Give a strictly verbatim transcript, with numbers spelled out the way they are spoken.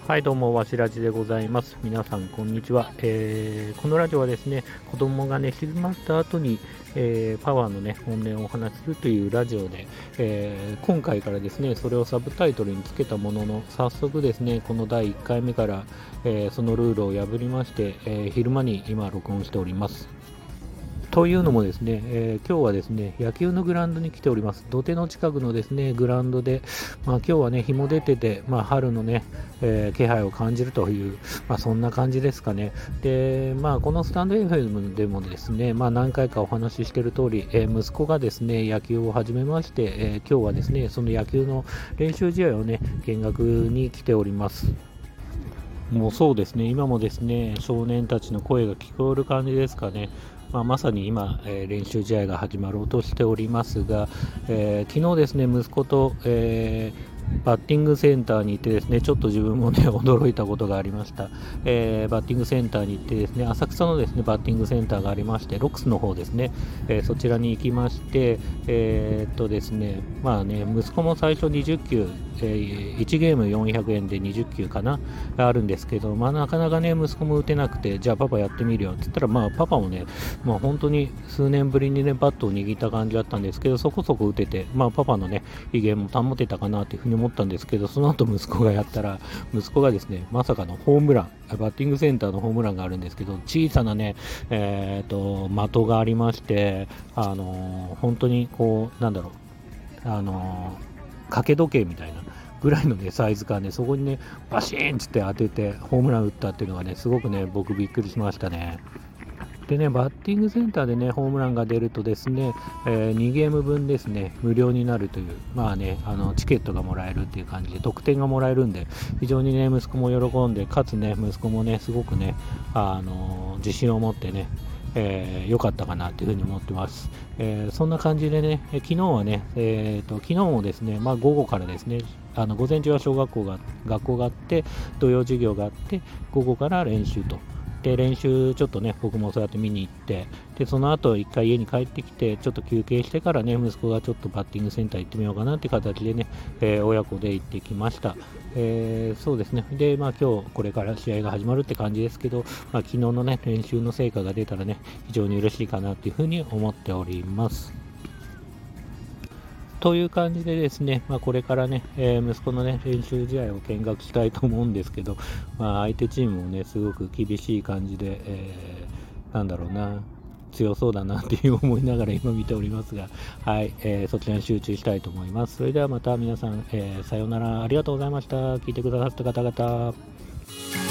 はい、どうも、わしらじでございます。皆さん、こんにちは。えーこのラジオはですね、子供がね、静まった後に、えーパワーのね、本音をお話しするというラジオで、えー今回からですね、それをサブタイトルにつけたものの、早速ですね、このだいいっかいめから、えーそのルールを破りまして、えー昼間に今、録音しております。というのもですね、えー今日はですね、野球のグラウンドに来ております。土手の近くのですね、グラウンドで、まあ今日はね、日も出てて、まあ春のね、えー気配を感じるという、まあそんな感じですかね。で、まあこのスタンド エフエム でもですね、まあ何回かお話ししている通り、えー息子がですね、野球を始めまして、えー今日はですね、その野球の練習試合をね、見学に来ております。もうそうですね、今もですね、少年たちの声が聞こえる感じですかね。まあ、まさに今、えー練習試合が始まろうとしておりますが、えー昨日ですね、息子と、えーバッティングセンターに行ってですね、ちょっと自分もね、驚いたことがありました。えーバッティングセンターに行ってですね、浅草のですね、バッティングセンターがありまして、ロックスの方ですね、えーそちらに行きまして、えーっとですね、まあね、息子も最初にじゅっ球、えーいちゲームよんひゃくえんでにじゅっ球かな、あるんですけど、まあ、なかなかね、息子も打てなくて、じゃあパパやってみるよって言ったら、まあ、パパもね、まあ、本当に数年ぶりにね、バットを握った感じだったんですけど、そこそこ打てて、まあ、パパのね、威厳も保てたかなというふうに思ったんですけど、その後息子がやったら、息子がですね、まさかのホームラン、バッティングセンターのホームランがあるんですけど、小さなね、えー、と、的がありまして、あのー本当にこう、なんだろう、あのー掛け時計みたいなぐらいのね、サイズ感で、そこにね、バシーンって当てて、ホームラン打ったっていうのがね、すごくね、僕びっくりしましたね。でね、バッティングセンターでね、ホームランが出るとですね、えーにゲーム分ですね、無料になるという、まあね、あのチケットがもらえるっていう感じで、得点がもらえるんで、非常にね、息子も喜んで、かつね、息子もね、すごくね、あの自信を持ってね、えー良かったかなというふうに思ってます。えーそんな感じでね、えー昨日はね、えーと、昨日もですね、まあ午後からですね、あの午前中は小学校が学校があって、土曜授業があって、午後から練習と。で練習ちょっとね、僕もそうやって見に行って、でその後一回家に帰ってきて、ちょっと休憩してからね、息子がちょっとバッティングセンター行ってみようかなっていう形でね、えー親子で行ってきました。えーそうですね。で、まあ今日これから試合が始まるって感じですけど、まあ、昨日のね、練習の成果が出たらね、非常に嬉しいかなっていうふうに思っております。という感じでですね、まあ、これからね、えー息子のね、練習試合を見学したいと思うんですけど、まあ、相手チームもね、すごく厳しい感じで、えーなんだろうな、強そうだなっていう思いながら今見ておりますが、はい、えーそちらに集中したいと思います。それではまた皆さん、えーさようなら、ありがとうございました。聞いてくださった方々。